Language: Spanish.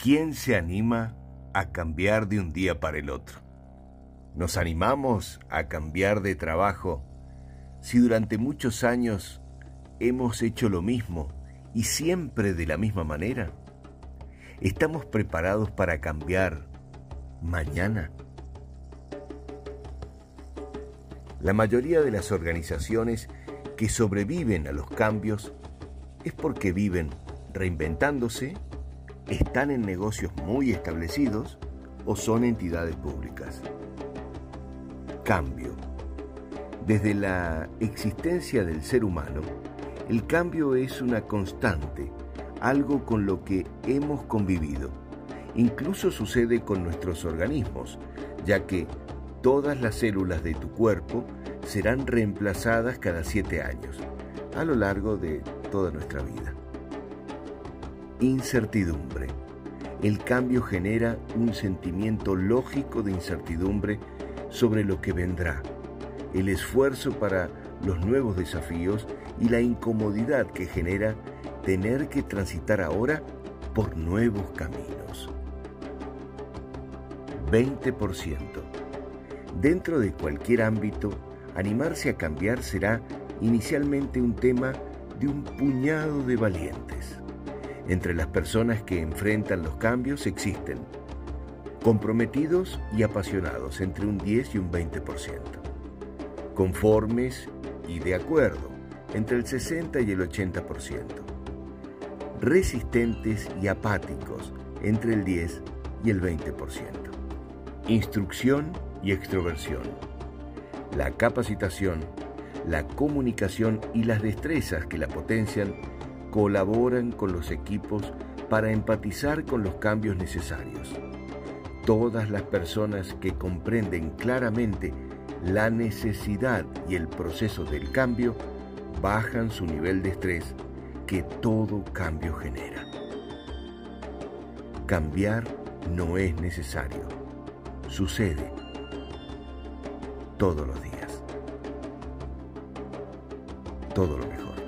¿Quién se anima a cambiar de un día para el otro? ¿Nos animamos a cambiar de trabajo si durante muchos años hemos hecho lo mismo y siempre de la misma manera? ¿Estamos preparados para cambiar mañana? La mayoría de las organizaciones que sobreviven a los cambios es porque viven reinventándose, están en negocios muy establecidos o son entidades públicas. Cambio. Desde la existencia del ser humano, el cambio es una constante, algo con lo que hemos convivido. Incluso sucede con nuestros organismos, ya que todas las células de tu cuerpo serán reemplazadas cada 7 años, a lo largo de toda nuestra vida. Incertidumbre. El cambio genera un sentimiento lógico de incertidumbre sobre lo que vendrá, el esfuerzo para los nuevos desafíos y la incomodidad que genera tener que transitar ahora por nuevos caminos. 20%. Dentro de cualquier ámbito, animarse a cambiar será inicialmente un tema de un puñado de valientes. Entre las personas que enfrentan los cambios existen comprometidos y apasionados, entre un 10 y un 20%. Conformes y de acuerdo, entre el 60 y el 80%. Resistentes y apáticos, entre el 10 y el 20%. Instrucción y extroversión. La capacitación, la comunicación y las destrezas que la potencian colaboran con los equipos para empatizar con los cambios necesarios. Todas las personas que comprenden claramente la necesidad y el proceso del cambio bajan su nivel de estrés que todo cambio genera. Cambiar no es necesario. Sucede todos los días. Todo lo mejor.